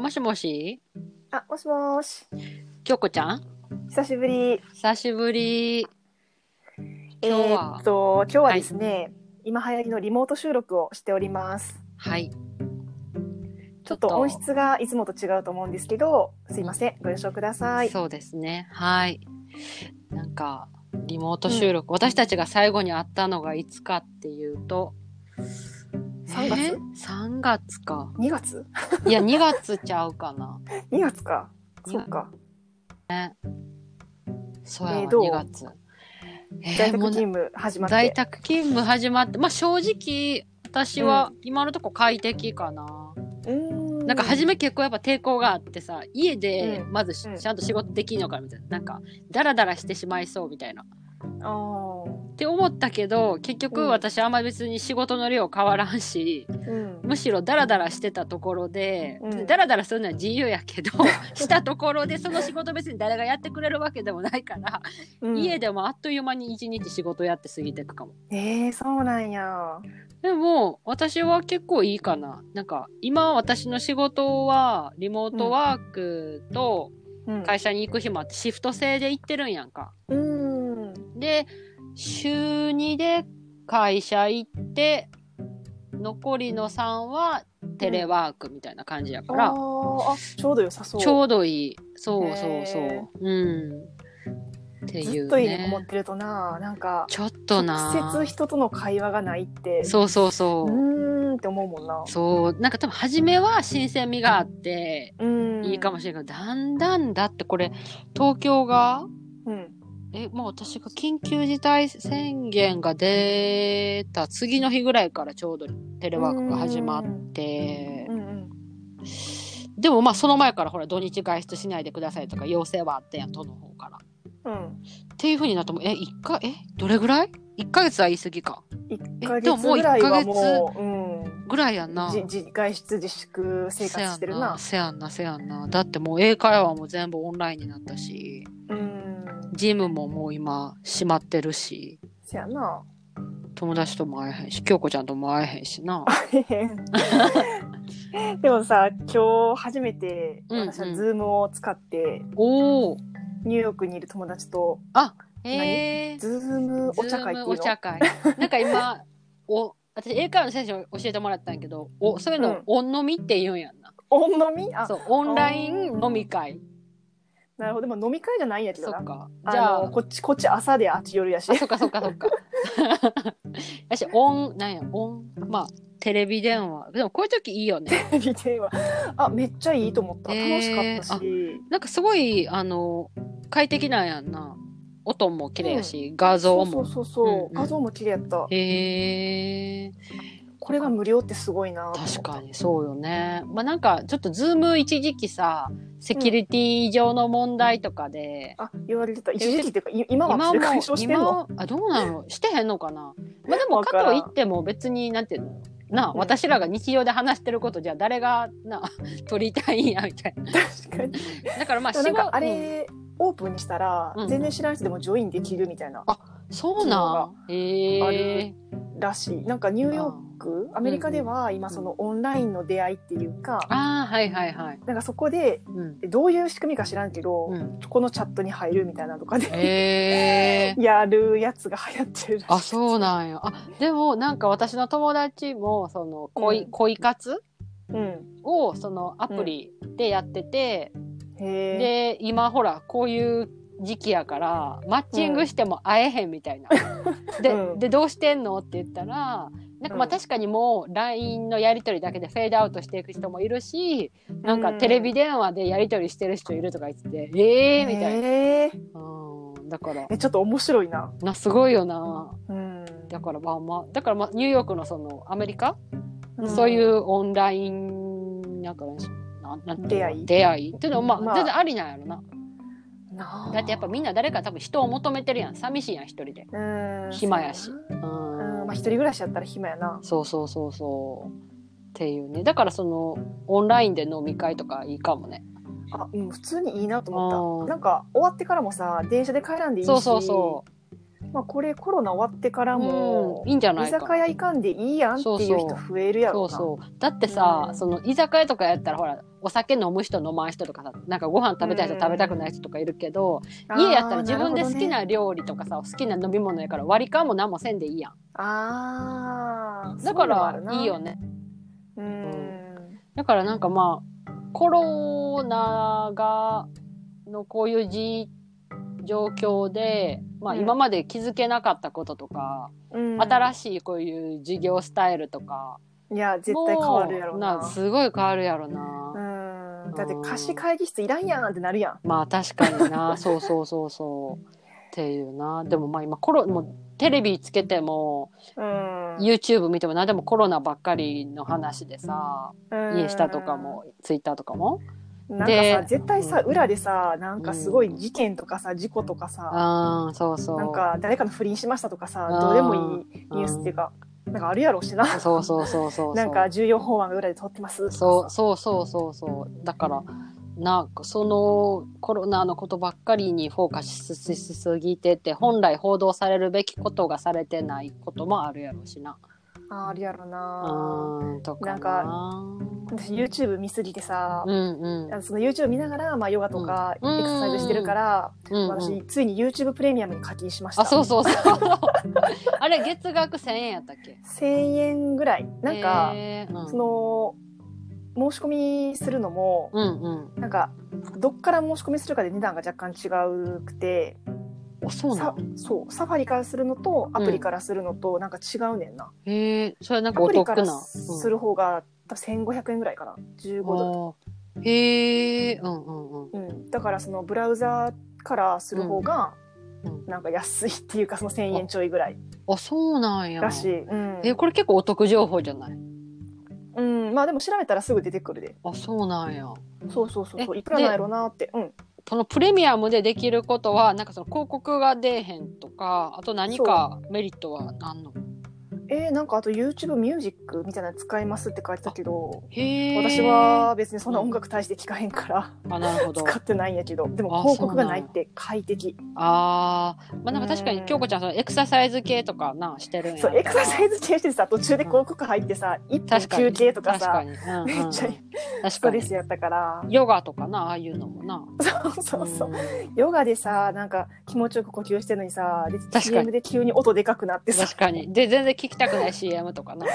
もしもし、 あ、もしもーし。 京子ちゃん、 久しぶり。 久しぶり。今日は、 今日ははい、 ですね、今流行りのリモート収録をしております。 はい、 ちょっと音質がいつもと違うと思うんですけど、すいません、ご了承ください。 そうですね、はい。なんか、リモート収録、私たちが最後に会ったのがいつかっていうと、 3月 ?3 月か。 ?2 月いや、2月ちゃうかな。 ?2 月か。そうか。 そうやわ、 どう 2月。 在宅勤務始まって。 在宅勤務始まって、まあ正直、私は今のとこ快適かな。なんか初め結構やっぱ抵抗があってさ、家でまずちゃんと仕事できんのかみたいな、なんかダラダラしてしまいそうみたいなって思ったけど、結局私あんまり別に仕事の量変わらんし、むしろダラダラしてたところで、ダラダラするのは自由やけどしたところでその仕事別に誰がやってくれるわけでもないから、家でもあっという間に一日仕事やって過ぎていくかも。 そうなんや。 でも私は結構いいかな。なんか今私の仕事はリモートワークと会社に行く日もあってシフト制で行ってるんやんか。で週2で会社行って残りの3はテレワークみたいな感じやから、 ちょうど良さそう。 ちょうどいい。そうそうそう。っていうね、 ずっと家にこもってるとなんかちょっと直接人との会話がないってそうそうそうって思うもんな。 そうなんか多分初めは新鮮味があっていいかもしれないけど、だんだんだってこれ東京が、もう私が緊急事態宣言が出た次の日ぐらいからちょうどテレワークが始まって、でもまあその前からほら土日外出しないでくださいとか要請はあってんや都の方から。っていう風になってもどれぐらい ?1 ヶ月は言い過ぎか。 1ヶ月ぐらいはもうぐらいやんな。 外出自粛生活してるな。 せやんな。だってもう英会話も全部オンラインになったし、ジムももう今閉まってるし。 せやな。 友達とも会えへんし、京子ちゃんとも会えへんしな。 でもさ、今日初めて私はズームを使って、ニューヨークにいる友達と、ズームお茶会っていうの？ お茶会。なんか今、私英会話の先生に教えてもらったんやけど、そういうのオン飲みって言うんやんな。 オン飲み？ そう、オンライン飲み会。 なるほど。でも飲み会じゃないんやけどな。 そっか。じゃあこっち朝であっち夜やし。 そっか。私まあテレビ電話。でもこういう時いいよね。 テレビ電話。めっちゃいいと思った。楽しかったし。 なんかすごい快適なんやんな。音も綺麗やし、画像も。 そう。画像も綺麗やった。これが無料ってすごいな。 確かにそうよね。まあなんかちょっとズーム一時期さ、セキュリティ上の問題とかで、 言われてた。一時期っていうか今は解消してんの？ どうなの？してへんのかな。まあでもかといっても別になんていうの私らが日常で話してることじゃ誰が撮りたいんやみたいな。 確かに。 だからまああれ、オープンにしたら、全然知らない人でもジョインできるみたいな。 そうなん？ あるらしい。なんかニューヨーク、アメリカでは今そのオンラインの出会いっていうか、なんかそこで、どういう仕組みか知らんけど、このチャットに入るみたいなとかで、やるやつが流行ってるらしい。 そうなんや。でもなんか私の友達もその恋活をそのアプリでやってて、で今ほらこういう時期やからマッチングしても会えへんみたいな、でどうしてんのって言ったらなんかまあ確かにもう LINE のやり取りだけでフェードアウトしていく人もいるし、なんかテレビ電話でやり取りしてる人いるとか言ってて、みたいな、だからちょっと面白いな。 すごいよな。だからまあニューヨークのそのアメリカ、そういうオンラインなんか出会いっていうのはまあ全然ありなんやろな。だってやっぱみんな誰か多分人を求めてるやん。寂しいやん一人で。暇やし。 まあ一人暮らしやったら暇やな。 そうっていうね。だからそのオンラインで飲み会とかいいかもね。 普通にいいなと思った。なんか終わってからもさ電車で帰らんでいいし。 まあ、これコロナ終わってからも、 いいんじゃないか。 居酒屋行かんでいいやんっていう人増えるやろな。 そうだってさ、その居酒屋とかやったらほらお酒飲む人飲まん人とかさ、なんかご飯食べたい人食べたくない人とかいるけど、家やったら自分で好きな料理とかさ、好きな飲み物やから割り勘も何もせんでいいやん。だからいいよね。だからなんかまあコロナのこういう状況で、まあ、今まで気づけなかったこととか、新しいこういう事業スタイルとか、 いや絶対変わるやろな。 すごい変わるやろな。 だって貸し会議室いらんやんってなるやん。 まあ確かにな。そうっていうな。でもまあ今もうテレビつけても、YouTube 見ても何でもコロナばっかりの話でさ、インスタとかもツイッターとかも。 なんかさ絶対さ、裏でさなんかすごい事件とかさ、事故とかさ、なんか誰かの不倫しましたとかさ、どうでもいいニュースっていうかなんかあるやろうしな。なんか重要法案が裏で通ってますとかさ。 そうだからなんかそのコロナのことばっかりにフォーカスしすぎてて、本来報道されるべきことがされてないこともあるやろうしな。 あるやろな。とかなんか私 YouTube 見すぎてさ、その YouTube 見ながら、まあ、ヨガとかエクササイズしてるから、私ついに YouTube プレミアムに課金しました。 そうあれ月額1000円やったっけ ？1000円ぐらい。なんか、その申し込みするのも、なんかどっから申し込みするかで値段が若干違うくて、 そうサファリからするのとアプリからするのとなんか違うねんな。 それなんかお得な。 アプリからする方が多分1500円ぐらいかな。15ドル。だからそのブラウザからする方がなんか安いっていうか、その1000円ちょいぐらい。 そうなんや。 らしい。 これ結構お得情報じゃない？ まあでも調べたらすぐ出てくるで。 そうなんや。 そういくらなんやろうなって。 そのプレミアムでできることはなんかその広告が出えへんとか、あと何かメリットはあんの？ なんかあと YouTube ミュージックみたいなの使えますって書いてたけど、私は別にそんな音楽大して聞かへんからなるほど使ってないんやけど、でも広告がないって快適。 まあなんか確かに京子ちゃんそのエクササイズ系とかしてるんや。 そうエクササイズ系してさ、途中で広告入ってさ、1分休憩とかさ、めっちゃストレスやったから。 ヨガとかああいうのもな。 そうヨガでさ、なんか気持ちよく呼吸してるのにさ、CM で急に音でかくなってさ、 確かにで全然聞きたくない CM とかな。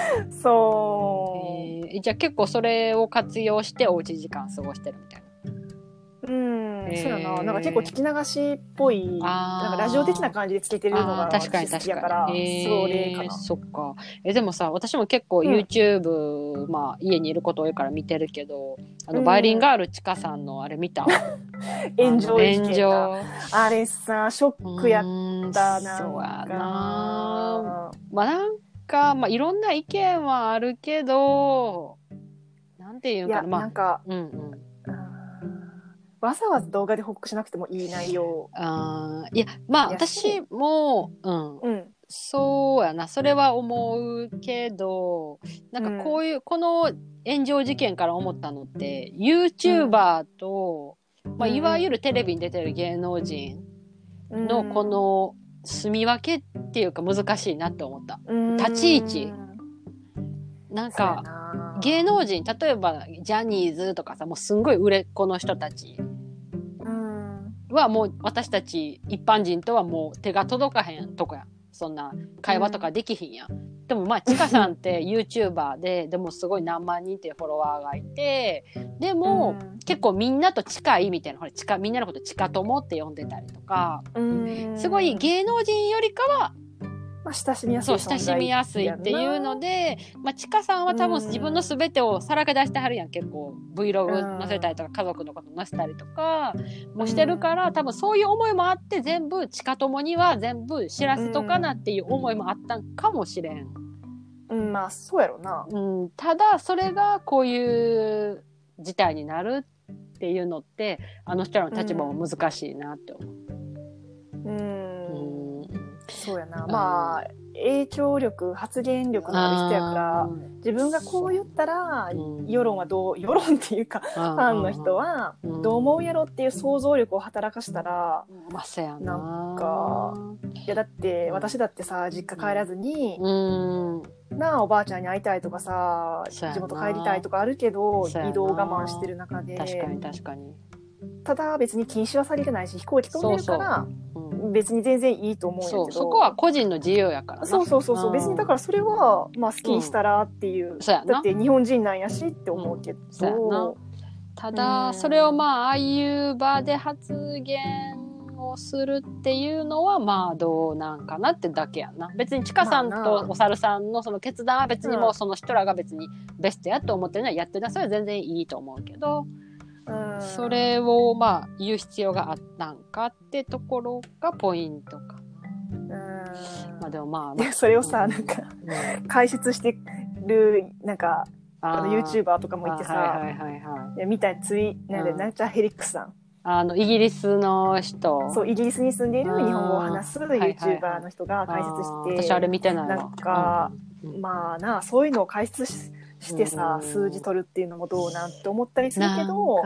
じゃあ結構それを活用しておうち時間過ごしてるみたいな。 そうやな。なんか結構聞き流しっぽい、なんかラジオ的な感じでつけてるのが好きやから、それかな。 そっか。でもさ、私も結構 YouTube、まあ家にいること多いから見てるけど、バイリンガールちかさんのあれ見た？ 炎上。あれさ、ショックやったな。 そうやな。まあなんか、まあいろんな意見はあるけど、なんていうんかな。まあ、 なんか、わざわざ動画で報告しなくてもいい内容。 いやまあ私もそうやな、それは思うけど、なんかこういう、この炎上事件から思ったのって YouTuber と、まあ、いわゆるテレビに出てる芸能人のこの住み分けっていうか難しいなって思った。立ち位置なんか芸能人、例えばジャニーズとかさ、もうすんごい売れっ子の人たちはもう私たち一般人とはもう手が届かへんとこや。そんな会話とかできひんやん。でもまあちかさんって YouTuber でもすごい何万人っていうフォロワーがいて、でも結構みんなと近いみたいな、ほらみんなのことちかともって呼んでたりとか、すごい芸能人よりかはまあ、親しみやすい存在。 そう、親しみやすいっていうので、まあ、ちかさんは多分自分の全てをさらけ出してはるやん。結構 Vlog 載せたりとか、家族のこと載せたりとかもしてるから、多分そういう思いもあって全部ちかともには全部知らせとかなっていう思いもあったんかもしれん。 まあそうやろな。 ただそれがこういう事態になるっていうのってあの人らの立場も難しいなって思う。 そうやな。まあ影響力、発言力のある人やから、自分がこう言ったら、世論は世論っていうか、ファンの人はどう思うやろっていう想像力を働かしたら、なんか、いやだって、私だってさ、実家帰らずに、なあ、おばあちゃんに会いたいとかさ、地元帰りたいとかあるけど、移動我慢してる中で。 確かに確かに。 ただ別に禁止はされてないし、飛行機飛んでるから、別に全然いいと思うんやけど、 そこは個人の自由やからな。 そう別にだからそれはまあ好きにしたらっていう、だって日本人なんやしって思うけど、 ただそれをまあああいう場で発言をするっていうのはまあどうなんかなってだけやな。別にちかさんとお猿さんのその決断は別にもうその人らが別にベストやと思ってるのはやってるのはそれは全然いいと思うけど、それをまあ言う必要があったんかってところがポイントかな。まあでもまあ、 それをさ、なんか解説してるなんかYouTuber とかもいてさ、みたいなんちゃヘリックスさん、 イギリスの人、 そうイギリスに住んでいる日本語を話す YouTuber の人が解説して、 私あれ見てないわ。 なんか、まあな、そういうのを解説してさ、数字取るっていうのもどうなんて思ったりするけど、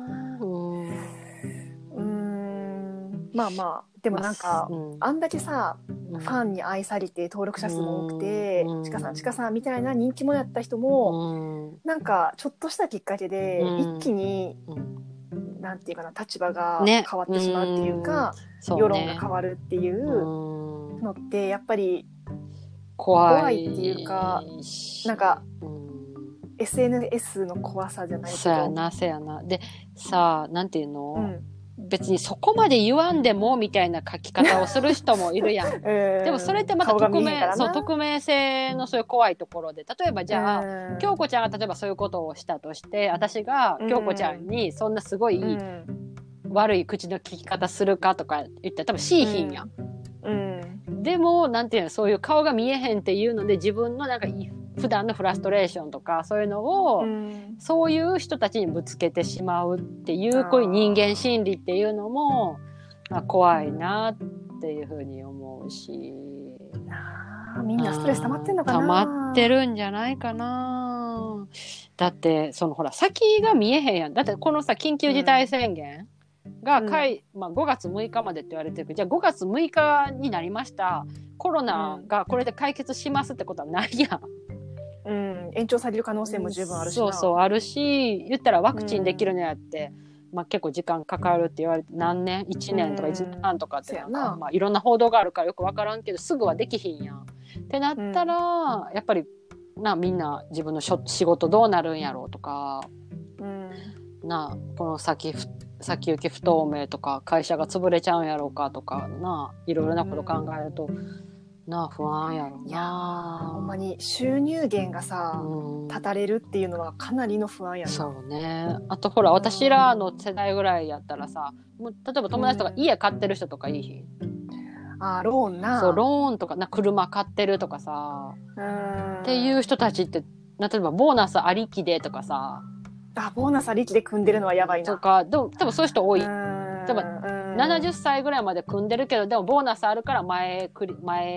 まあまあでもなんか、あんだけさ、ファンに愛されて登録者数も多くて、ちかさんみたいな人気者やった人も、なんかちょっとしたきっかけで一気に、なんていうかな、立場が変わってしまうっていうか、世論が変わるっていうのってやっぱり怖いっていうか、なんか、SNS の怖さじゃないけど。 そうやな。で、さあ、なんていうの、別にそこまで言わんでもみたいな書き方をする人もいるやん。でもそれってまた匿名性のそういう怖いところで、例えばじゃあ、京子ちゃんが例えばそういうことをしたとして、私が京子ちゃんにそんなすごい悪い口の利き方するかとか言ったら多分しいひんやん。でもなんていうの、そういう顔が見えへんっていうので自分のなんか普段のフラストレーションとかそういうのを、そういう人たちにぶつけてしまうっていうこういう人間心理っていうのも、怖いなっていうふうに思うし、 みんなストレス溜まってんのかな。 溜まってるんじゃないかな。だってそのほら先が見えへんやん。だってこのさ緊急事態宣言が5月6日までって言われてるけど、じゃあ5月6日になりました、コロナがこれで解決しますってことはないやん。 延長される可能性も十分あるしな。 そうあるし、言ったらワクチンできるのやって、結構時間かかるって言われて、何年1年とか1年半とかってなんか、いろんな報道があるからよく分からんけどすぐはできひんやんってなったら、やっぱりみんな自分の仕事どうなるんやろうとか、この先行き不透明とか、会社が潰れちゃうんやろうかとかいろいろなこと考えると、不安やろな。 いやほんまに収入源がさ、断たれるっていうのはかなりの不安やな。 そうね。あとほら、私らの世代ぐらいやったらさ、例えば友達とか家買ってる人とかいい日、 ローンな。 そう、ローンとか車買ってるとかさ、っていう人たちって、例えばボーナスありきでとかさ、 ボーナスありきで組んでるのはやばいなとか、多分そういう人多い。例えば70歳ぐらいまで組んでるけど、でもボーナスあるから前倒し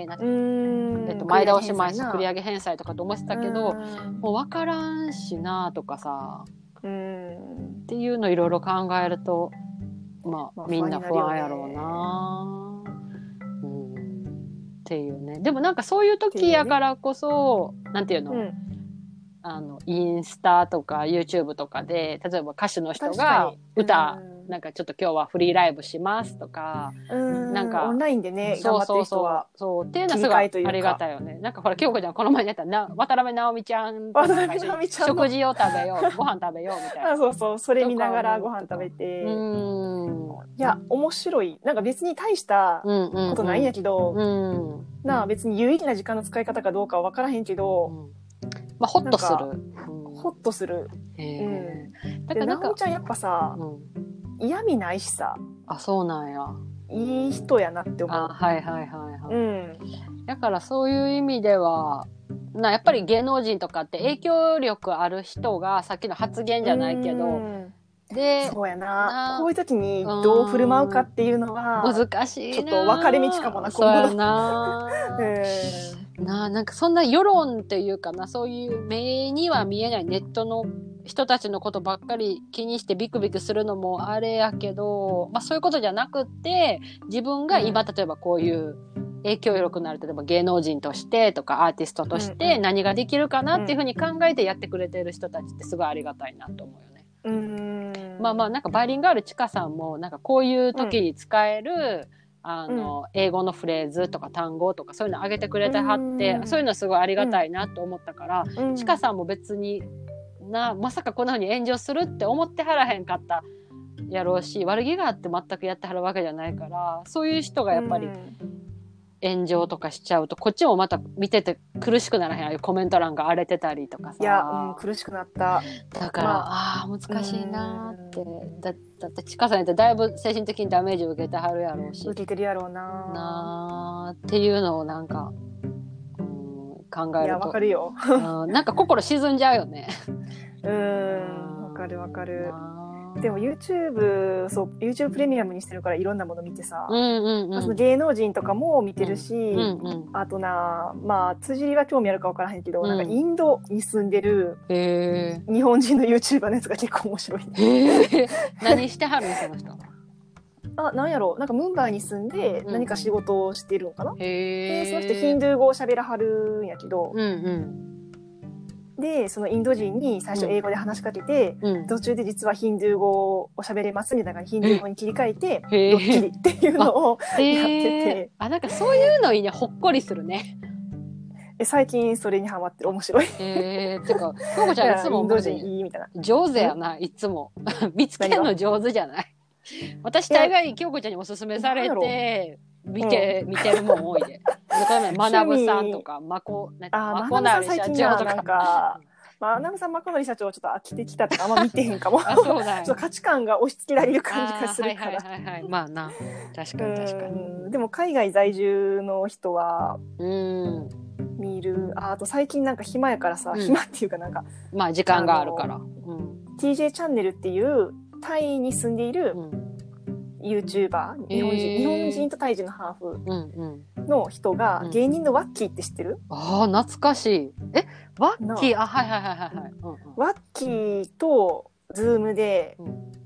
前繰り上げ返済とかと思ってたけど、もう分からんしなとかさ、っていうのいろいろ考えると、みんな不安やろうな、っていうね。でもなんかそういう時やからこそ、なんていうの、インスタとか YouTube とかで例えば歌手の人が歌、なんかちょっと今日はフリーライブしますとか、なんかオンラインでね頑張ってる人はそうっていうのはすごいありがたいよね。なんかほら京子ちゃんこの前やったら渡辺直美ちゃんと食事を食べようご飯食べようみたいなそれ見ながらご飯食べて、いや面白い。なんか別に大したことないんやけど、別に有意義な時間の使い方かどうかは分からへんけど、 ホッとする。 ホッとする。だから直美ちゃんやっぱさ、嫌味ないしさ。 そうなんや。 いい人やなって思う。 だからそういう意味では、やっぱり芸能人とかって影響力ある人がさっきの発言じゃないけど、 でそうやな、こういう時にどう振る舞うかっていうのは難しいな。 ちょっと分かれ道かもな。 そうやな。 なんかそんな世論っていうかな、そういう目には見えないネットの人たちのことばっかり気にしてビクビクするのもあれやけど、まあそういうことじゃなくって、自分が今、例えばこういう影響力のある、例えば芸能人としてとかアーティストとして何ができるかなっていうふうに考えてやってくれてる人たちってすごいありがたいなと思うよね。まあまあなんかバイリンガルちかさんもなんかこういう時に使える、英語のフレーズとか単語とかそういうの上げてくれてはって、そういうのすごいありがたいなと思ったから、ちかさんも別にまさかこんな風に炎上するって思ってはらへんかったやろうし、悪気があって全くやってはるわけじゃないから、そういう人がやっぱり炎上とかしちゃうとこっちもまた見てて苦しくならへん。ああいうコメント欄が荒れてたりとかさ。 いや、苦しくなった。 だから、難しいなって。だってちかさんってだいぶ精神的にダメージを受けてはるやろうし。 受けてるやろうなっていうのをなんか、考えると。いや、 わかるよ。 なんか心沈んじゃうよね。 わかるわかる。でも YouTube プレミアムにしてるからいろんなもの見てさ、その芸能人とかも見てるし、あとまあ辻りは興味あるか分からへんけど、なんかインドに住んでる日本人の YouTuber のやつが結構面白い、ね。 何してはるんその人。 なんやろ、なんかムンバイに住んで何か仕事をしてるのかな。でその人ヒンドゥー語を喋らはるんやけど、でそのインド人に最初英語で話しかけて、途中で実はヒンドゥー語を喋れますみたいなヒンドゥー語に切り替えてドッキリっていうのをやってて、 なんかそういうのいいね、ほっこりするね。 最近それにハマってる。面白い。 てか京子ちゃんいつもインド人いいみたいな。 上手やな、いつも見つけるの上手じゃない。私大概京子ちゃんにおすすめされて見てるもん多いで。学さんとかまこなり社長とか。 学さんまこなり社長ちょっと飽きてきたとかあんま見てへんかも。 そうだよ。 価値観が押し付けられる感じがするから。 まあな、確かに。 でも海外在住の人は見る。あと最近なんか暇やからさ、暇っていうかなんかまあ時間があるから。 TJ チャンネルっていうタイに住んでいるYouTuber、日本人とタイ人のハーフの人が芸人のワッキーって知ってる？ 懐かしい。ワッキー、はい。 ワッキーとズームで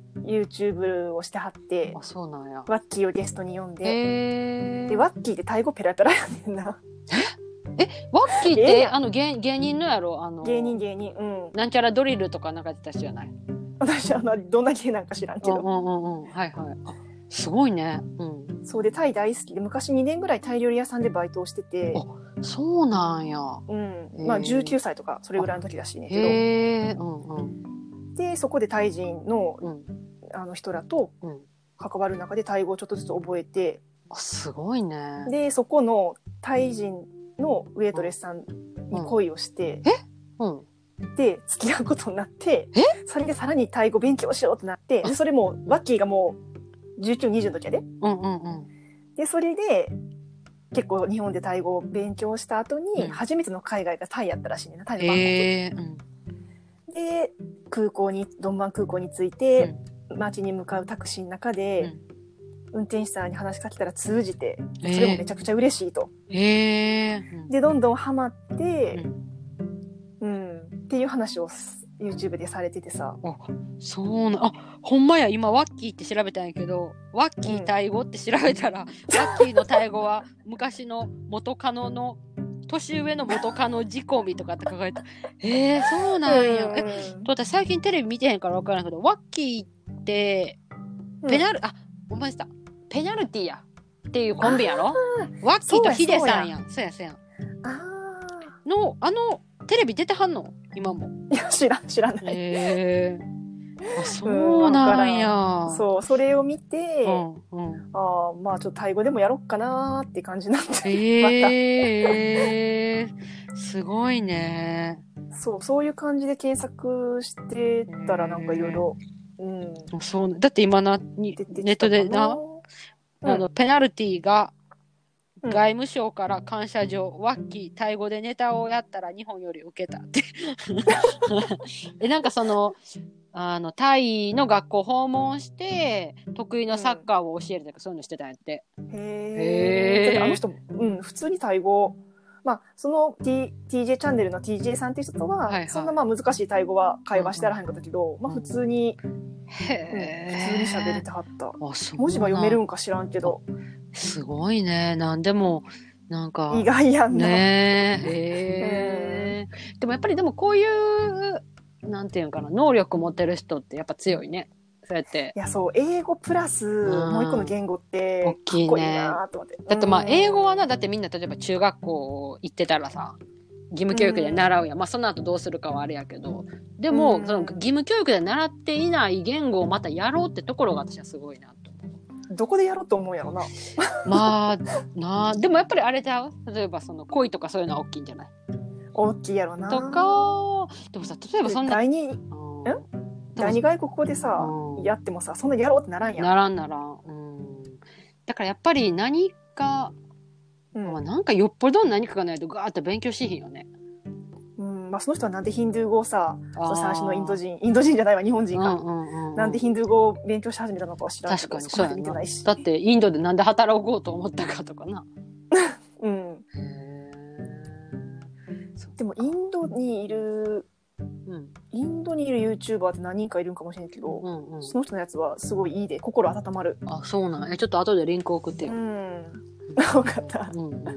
YouTube をしてはって、 そうなんや。 ワッキーをゲストに呼んで、でワッキーってタイ語ペラペラやねんな。 ワッキーって芸人のやろ？ 芸人、 なんちゃらドリルとかなんかやってた人じゃない？ 私どんな芸なんか知らんけど。 はい。すごいね。 そうでタイ大好きで、昔2年ぐらいタイ料理屋さんでバイトをしてて。 そうなんや。 まあ19歳とかそれぐらいの時らしいねんけど。でそこでタイ人の人らと関わる中でタイ語をちょっとずつ覚えて。 すごいね。 でそこのタイ人のウェイトレスさんに恋をして。で付き合うことになって、それでさらにタイ語勉強しようってなって、でそれもワッキーがもう19、20の時やで。でそれで結構日本でタイ語を勉強した後に、初めての海外がタイやったらしいねんな、タイのバンコク。でドンバン空港に着いて、街に向かうタクシーの中で、運転手さんに話しかけたら通じて、それもめちゃくちゃ嬉しいと。でどんどんハマって、っていう話を YouTube でされててさ。 そうな、ほんまや、今ワッキーって調べたんやけど、ワッキータイ語って調べたら、ワッキーのタイ語は昔の元カノの年上の元カノ仕込みとかって書かれた。そうなんや。私最近テレビ見てへんから分からんけど、ワッキーってペナルティやっていうコンビやろ？ワッキーとヒデさんやん。そうや。テレビ出てはんの？今も。 いや知らない。 そうなんや。 それを見て、まあちょっとタイ語でもやろっかなーって感じになって。 すごいね。 そういう感じで検索してたらなんかいろいろ。 そうだって今ネットでペナルティが外務省から感謝状、ワッキータイ語でネタをやったら日本より受けたってなんかタイの学校訪問して得意のサッカーを教えるとか、そういうのしてたんやって。 あの人、普通にタイ語、 まあ、その、TJ チャンネルの TJ さんっていう人とは、はいはい、そんなまあ難しいタイ語は会話してあらへんかったけど、まあ普通に、普通に喋れてはった。文字は読めるんか知らんけど。 すごいね。なんでも、なんか。 意外やんな。 ねでもやっぱりこういう、なんていうのかな、能力持ってる人ってやっぱ強いね。そうやって。 いや、そう、英語プラス、もう一個の言語って、 大きいね。かっこいいなと思って。だってまあ、英語はな、だってみんな例えば中学校行ってたらさ、義務教育で習うやん。まあ、その後どうするかはあれやけど。でも、その義務教育で習っていない言語をまたやろうってところが私はすごいなと思う。どこでやろうと思うんやろな。 まあ、でもやっぱりあれちゃう？例えばその恋とかそういうのは大きいんじゃない？ 大きいやろな。 とか、でもさ、例えばそんな。 第二外国語でさ、やってもさ、そんなやろうってならんやん。 ならん。だからやっぱり何か、まあ、なんかよっぽど何かがないとガーッと勉強しひんよね。 まあその人はなんでヒンドゥー語をさ、その最初のインド人じゃないわ、日本人か。なんでヒンドゥー語を勉強し始めたのかは知らんけど、 確かにそうやな。だってインドでなんで働こうと思ったかとかな。 でもインドにいる YouTuber って何人かいるんかもしれんけど、その人のやつはすごいいいで、心温まる。 あ、そうなん。ちょっと後でリンク送ってよ。 分かった。イン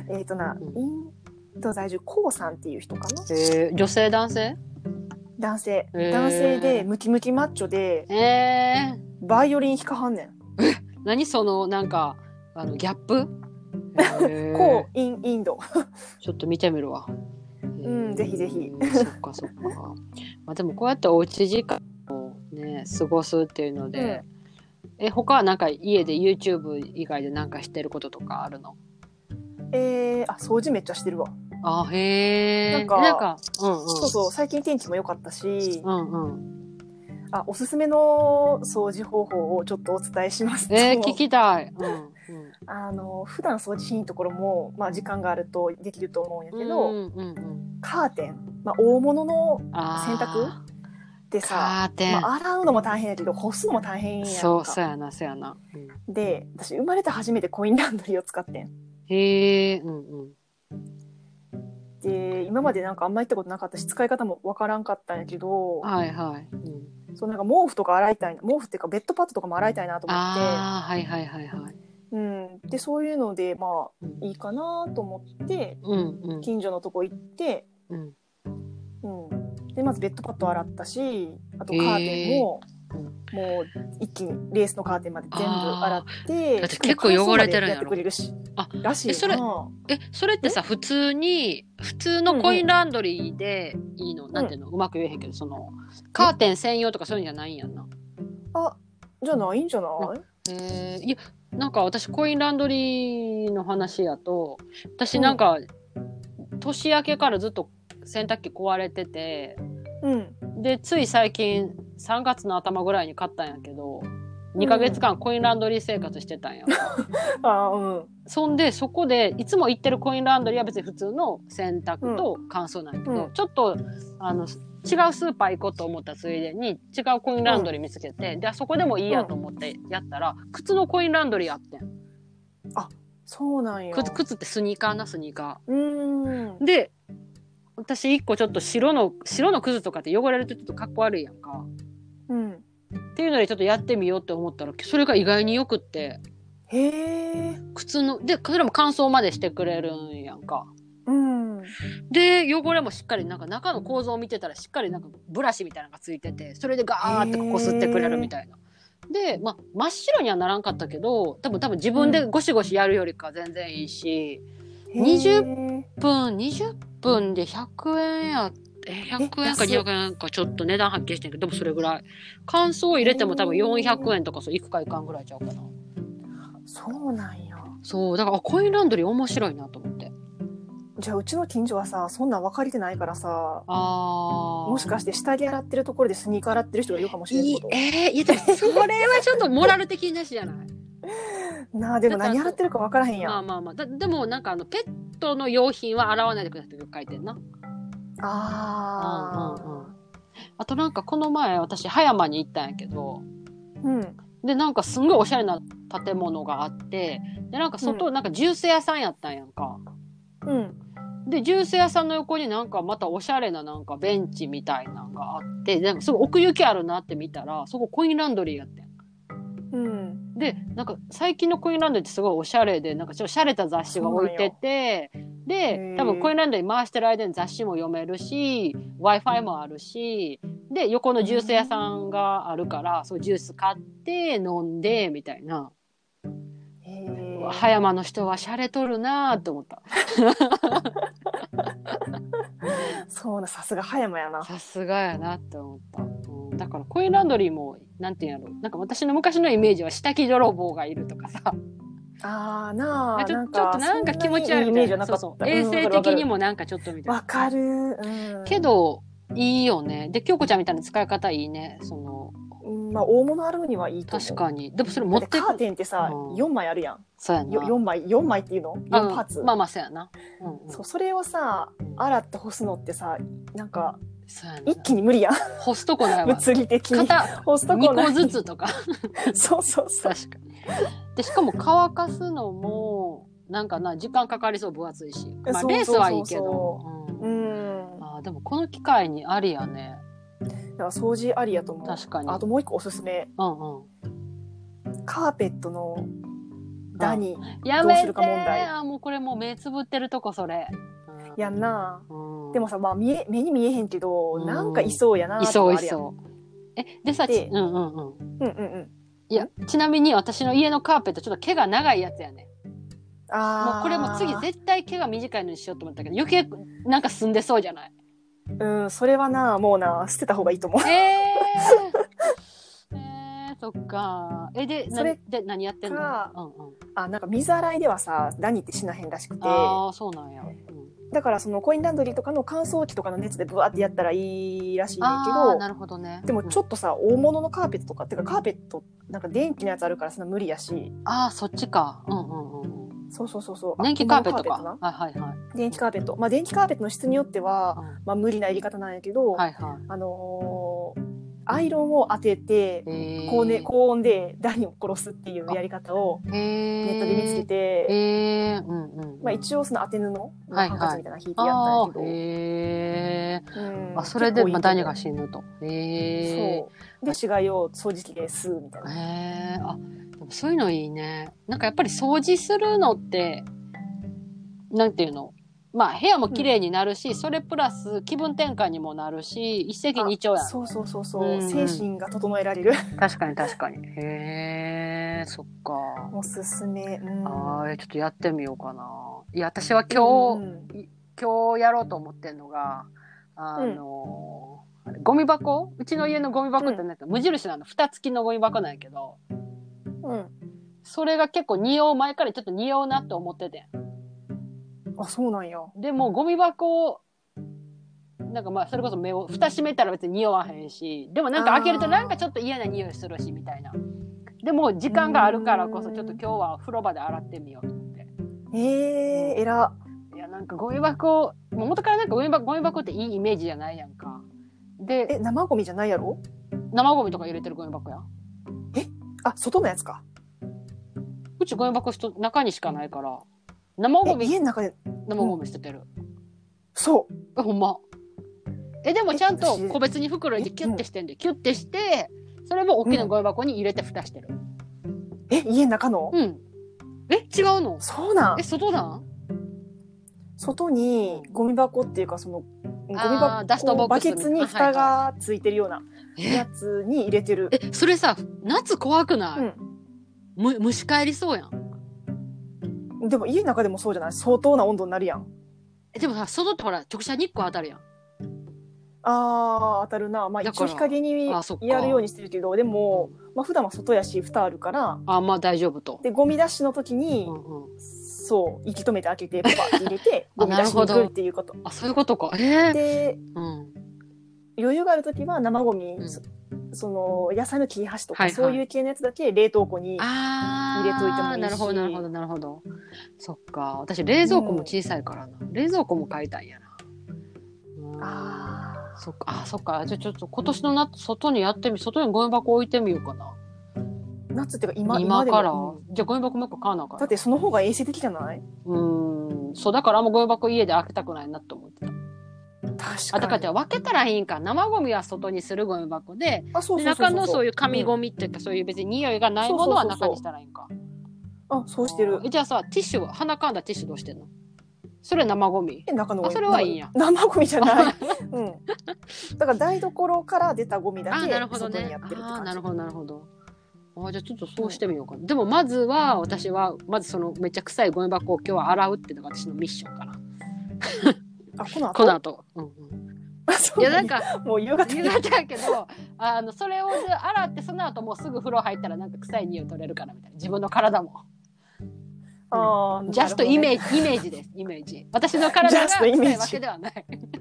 ド在住コウさんっていう人かな。 女性男性？ 男性でムキムキマッチョで、バイオリン弾かはんねん。 何そのなんかギャップ？ コウインド。 ちょっと見てみるわ。 ぜひぜひ。 そっか。まあでもこうやっておうち時間をね過ごすっていうので、他はなんか家で YouTube 以外でなんかしてることとかあるの？ 掃除めっちゃしてるわ。 へえ。 なんか、そう最近天気も良かったし、おすすめの掃除方法をちょっとお伝えしますと。 聞きたい。 普段掃除しにところも、まあ時間があるとできると思うんやけど、カーテン、まあ大物の洗濯でさ、洗うのも大変やけど干すのも大変やんか。 そうやな。 で、私生まれて初めてコインランドリーを使ってん。で、今までなんかあんま行ったことなかったし、使い方もわからんかったんやけど、そうなんか毛布とか洗いたいな、毛布っていうかベッドパッドとかも洗いたいなと思って、でそういうのでまあいいかなと思って、近所のとこ行って、でまずベッドパッド洗ったし、あとカーテンももう一気にレースのカーテンまで全部洗って、 だって結構汚れてるんやろ。 やってくれるし。らしいな。 それってさ、普通のコインランドリーでいいの？なんていうの？うまく言えへんけど、そのカーテン専用とかそういうんじゃないんやんな。 じゃないんじゃない？ いや、なんか私コインランドリーの話やと、私なんか、年明けからずっと洗濯機壊れてて、でつい最近3月の頭ぐらいに買ったんやけど、2ヶ月間コインランドリー生活してたんや。そんでそこでいつも行ってるコインランドリーは別に普通の洗濯と乾燥なんやけど、ちょっと違うスーパー行こうと思ったついでに違うコインランドリー見つけて、でそこでもいいやと思ってやったら、靴のコインランドリーあってん。 そうなんや。 靴ってスニーカー。で私一個ちょっと白の靴とかって汚れるとちょっとかっこ悪いやんか。っていうのでちょっとやってみようって思ったら、それが意外によくって。靴のでそれも乾燥までしてくれるんやんか。で汚れもしっかりなんか中の構造を見てたらしっかりなんかブラシみたいなのがついてて、それでガーってこすってくれるみたいな。で真っ白にはならんかったけど、多分自分でゴシゴシやるよりか全然いいし、20分で100円や100円か200円かちょっと値段はっきりしてんけど、でもそれぐらい。乾燥入れても多分400円とかいくかいかんぐらいちゃうかな。 そうなんや。 そうだからコインランドリー面白いなと思って。 じゃあうちの近所はさ、そんなん分かりてないからさ、もしかして下着洗ってるところでスニーカー洗ってる人がいるかもしれないってこと？ いやでもそれはちょっとモラル的なしじゃない？ でも何洗ってるか分からへんやん。 まあでもなんかペットの用品は洗わないでくださいって書いてんな。あとなんかこの前私葉山に行ったんやけど、でなんかすんごいおしゃれな建物があって、でなんか外、なんかジュース屋さんやったんやんか。 で、ジュース屋さんの横になんかまたおしゃれななんかベンチみたいなのがあって、なんかすごい奥行きあるなって見たら、そこコインランドリーやってん。うん。で、なんか最近のコインランドリーってすごいおしゃれで、なんかちょっとしゃれた雑誌が置いてて、で、多分コインランドリー回してる間に雑誌も読めるし、Wi-Fi もあるし、で、横のジュース屋さんがあるから、そうジュース買って飲んで、みたいな。葉山の人はシャレとるなーって思った。 そうな、さすが葉山やな。 さすがやなって思った。だからコインランドリーもなんていうんやろ、なんか私の昔のイメージは下着泥棒がいるとかさ。 あーなあ、 ちょっとなんか気持ち悪いイメージはなかった。 そうそう衛生的にもなんかちょっとみたいな。 わかる、 うん。けどいいよね。で京子ちゃんみたいな使い方いいね。その。 まあ大物あるにはいいと思う。 確かに。でもそれ持ってカーテンってさ、4枚あるやん。 そうやな。 4枚っていうの ?4 パーツ。 まあまあそうやな。 そう、それをさ、洗って干すのってさ、なんか、一気に無理やん。 干すとこないわ。 物理的に。 干すとこない。2個ずつとか。 そうそうそう。 確かに。で、しかも乾かすのも、なんかな、時間かかりそう、分厚いし。まあレースはいいけど。でもこの機会にありやね。 だから掃除ありやと思う。 確かに。 あともう一個おすすめ。カーペットのダニ、どうするか問題。 もうこれもう目つぶってるとこ、それ。 やんな。でもさ、まあ目に見えへんけど、なんかいそうやな。 いそう。でさ、いや、ちなみに私の家のカーペットちょっと毛が長いやつやね。もうこれも次絶対毛が短いのにしようと思ったけど、余計なんか住んでそうじゃない？ それはな、もうな、捨てた方がいいと思う。 そっか。それで何やってんの？ なんか水洗いではさ、ダニってしなへんらしくて。 そうなんや。 だからそのコインランドリーとかの乾燥機とかの熱でブワーってやったらいいらしいんだけど。 なるほどね。 でもちょっとさ、大物のカーペットとかっていうかカーペットなんか電気のやつあるからそんな無理やし。 そっちか。 そう。 電気カーペットか。 電気カーペット。まあ電気カーペットの質によっては、まあ無理な入り方なんやけど、アイロンを当てて、高温でダニを殺すっていうやり方をネットで見つけて、まあ一応その当て布のハンカチみたいなの引いてやったんやけど、 それでダニが死ぬと。そう。 で、死骸を掃除機で吸うみたいな。 でもそういうのいいね。なんかやっぱり掃除するのって、なんていうの？まあ部屋も綺麗になるし、それプラス気分転換にもなるし、一石二鳥やん。 そう。精神が整えられる。 確かに。へー、そっか。 おすすめ。 ちょっとやってみようかな。いや、私は今日やろうと思ってんのが、ゴミ箱？うちの家のゴミ箱ってなんか無印なの。蓋付きのゴミ箱なんやけど、それが結構前からちょっと匂うなって思ってて。 そうなんや。 でもゴミ箱なんかまあそれこそ蓋閉めたら別に匂わへんし、でもなんか開けるとなんかちょっと嫌な匂いするしみたいな。でも時間があるからこそちょっと今日は風呂場で洗ってみようと思って。 えら。 いやなんかゴミ箱元からなんかゴミ箱っていいイメージじゃないやんか。で生ゴミじゃないやろ？ 生ゴミとか入れてるゴミ箱や。 外のやつか。 うちゴミ箱中にしかないから。生ゴミ家の中で生ゴミ捨ててる。 そう。 ほんま。でもちゃんと個別に袋でキュッてしてんで、キュッてしてそれも大きなゴミ箱に入れて蓋してる。 家の中の？ 違うの？ そうなん？ 外なん？ 外にゴミ箱っていうかそのゴミ箱ダストボックスバケツに蓋がついてるようなやつに入れてる。 それさ夏怖くない？虫帰りそうやん。 でも家の中でもそうじゃない？相当な温度になるやん。 でもさ、外ってほら、直射日光当たるやん。 当たるな。まあ一応日陰にやるようにしてるけど、でも、まあ普段は外やし、蓋あるから。 まあ大丈夫と。 で、ゴミ出しの時に、そう、息止めて開けて、パパって入れて、ゴミ出しに来るっていうこと。 そういうことか。 で、余裕がある時は生ゴミ、その野菜の切り端とか、そういう系のやつだけ冷凍庫に入れといてもいいし。 なるほど。そっか。私冷蔵庫も小さいからな。冷蔵庫も買いたいやな。そっか。じゃあちょっと今年の夏、外にゴミ箱置いてみようかな。 夏っていうか今から。じゃあゴミ箱もう一個買わなあかん。 だってその方が衛生的じゃない？ そうだからあんまゴミ箱家で開けたくないなと思ってた。 確かに。 だから分けたらいいんか。生ゴミは外にするゴミ箱で、中のそういう紙ゴミっていうか、そういう別に匂いがないものは中にしたらいいんか。 あ、そうしてる。 じゃあさ、ティッシュは鼻かんだティッシュどうしてんの？それ生ゴミ？ 中のゴミ。 それはいいんや。 生ゴミじゃない。うん。だから台所から出たゴミだけ外にやってるって感じ。 なるほどね。なるほど。じゃあちょっとそうしてみようかな。でもまずは私はまずそのめっちゃ臭いゴミ箱を今日は洗うっていうのが私のミッションかな。この後。いやなんかもう夕方やけどそれを洗ってその後もうすぐ風呂入ったらなんか臭い匂い取れるからみたいな、自分の体も。ジャストイメージです。イメージ。私の体が臭いわけではない。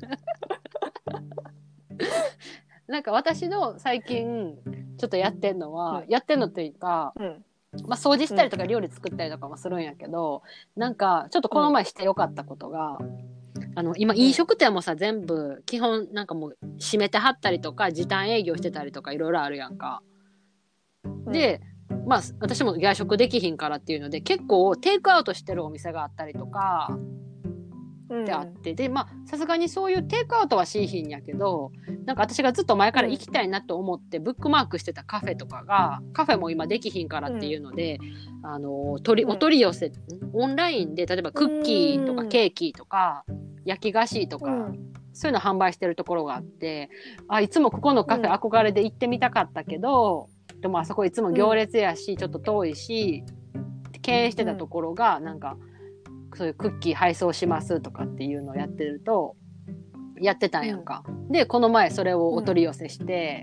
なんか私の最近ちょっとやってんのは、やってんのっていうか、まあ掃除したりとか料理作ったりとかもするんやけど、なんかちょっとこの前してよかったことが、今飲食店もさ全部基本なんかもう閉めてはったりとか時短営業してたりとかいろいろあるやんか。で、まあ私も外食できひんからっていうので結構テイクアウトしてるお店があったりとかってあって、でまあさすがにそういうテイクアウトはしいひんやけど、なんか私がずっと前から行きたいなと思ってブックマークしてたカフェとかが、カフェも今できひんからっていうので、お取り寄せオンラインで例えばクッキーとかケーキとか焼き菓子とか、そういうの販売してるところがあって、いつもここのカフェ憧れで行ってみたかったけど、でもあそこいつも行列やし、ちょっと遠いし経営してたところがなんかそういうクッキー配送しますとかっていうのをやってるとやってたんやんか。でこの前それをお取り寄せして、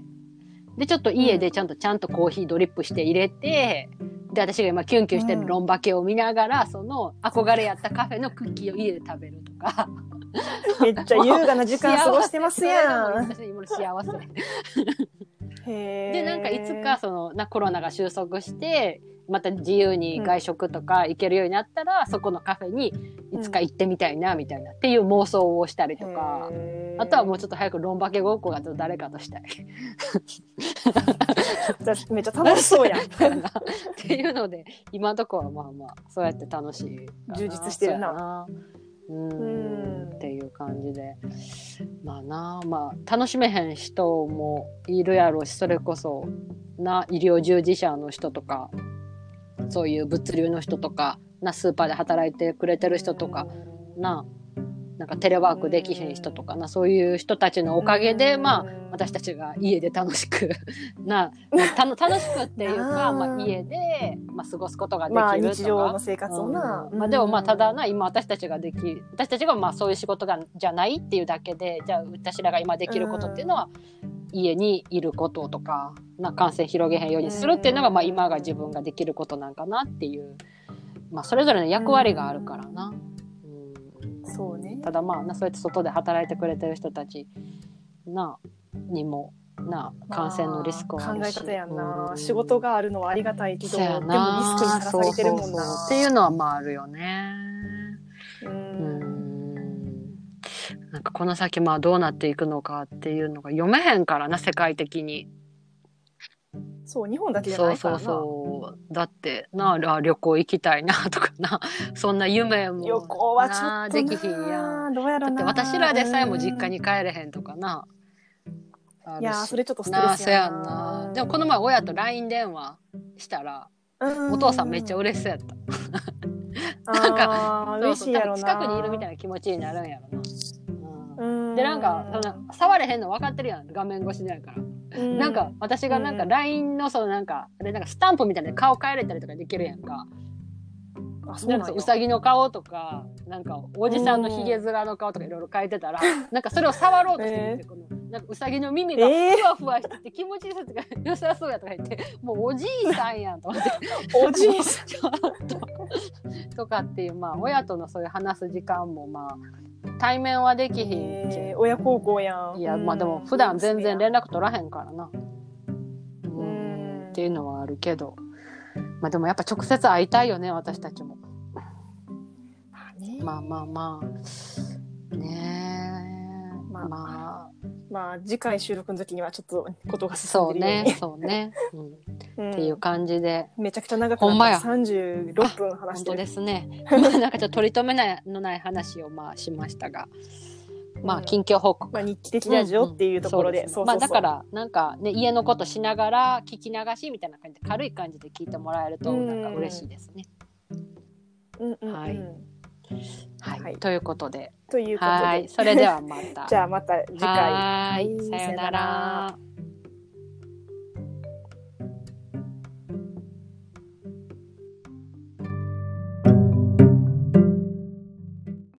でちょっと家でちゃんとコーヒードリップして入れて、で私が今キュンキュンしてるロンバケを見ながら、その憧れやったカフェのクッキーを家で食べるとか。 めっちゃ優雅な時間過ごしてますやん。 私今の幸せ。でなんかいつかコロナが収束してまた自由に外食とか行けるようになったら、そこのカフェにいつか行ってみたいなみたいなっていう妄想をしたりとか、あとはもうちょっと早くロンバケごっこが誰かとしたい。 めっちゃ楽しそうやん。 っていうので今のところはまあまあそうやって楽しい、 充実してるな。 っていう感じで、まあ楽しめへん人もいるやろうし、それこそ医療従事者の人とかそういう物流の人とかスーパーで働いてくれてる人とかなんかテレワークできへん人とかそういう人たちのおかげで私たちが家で楽しく楽しくっていうか家で過ごすことができるとか、 日常の生活をでもただ今私たちがそういう仕事じゃないっていうだけで、じゃあ私らが今できることっていうのは家にいることとか感染広げへんようにするっていうのが今が自分ができることなんかなっていう、それぞれの役割があるからな。 そうね。 ただそうやって外で働いてくれてる人たちにも感染のリスクはあるし、 考え方やんな。仕事があるのはありがたいけど、でもリスクにさらされてるもんな。 っていうのはあるよね。なんかこの先どうなっていくのかっていうのが読めへんからな、世界的に。 そう、日本だけじゃないからな。 そうだって旅行行きたいなとかそんな夢も旅行はちょっとできひんやん。 どうやろな。 だって私らでさえも実家に帰れへんとかいやそれちょっとストレスやな。 でもこの前親と LINE 電話したらお父さんめっちゃ嬉しそうやった。なんか嬉しいやろな。 近くにいるみたいな気持ちになるんやろな。でなんか触れへんの分かってるやん、画面越しでやから。なんか私がなんか LINE のなんかスタンプみたいな顔変えれたりとかできるやんか。なんかうさぎの顔とかなんかおじさんのひげ面の顔とかいろいろ変えてたら、なんかそれを触ろうとしてて、このなんかうさぎの耳がふわふわしてて気持ちいいとか良さそうやとか言って、もうおじいさんやんと思っておじいさんちょっとかっていう親とのそういう話す時間も対面はできひん、 親孝行やん。 いやでも普段全然連絡取らへんからな、っていうのはあるけど、でもやっぱ直接会いたいよね、私たちも。ねえ。 まあ次回収録の時にはちょっとことが進んでるようにそうね、っていう感じでめちゃくちゃ長くなった36分話してる。 本当ですねなんかちょっと取り留めない話をまあしましたが、まあ近況報告、 日記的ラジオっていうところで、 まあだからなんかね家のことしながら聞き流しみたいな感じで軽い感じで聞いてもらえるとなんか嬉しいですね。はい、ということで、はい、それではまたじゃあまた次回、 はい、さよなら。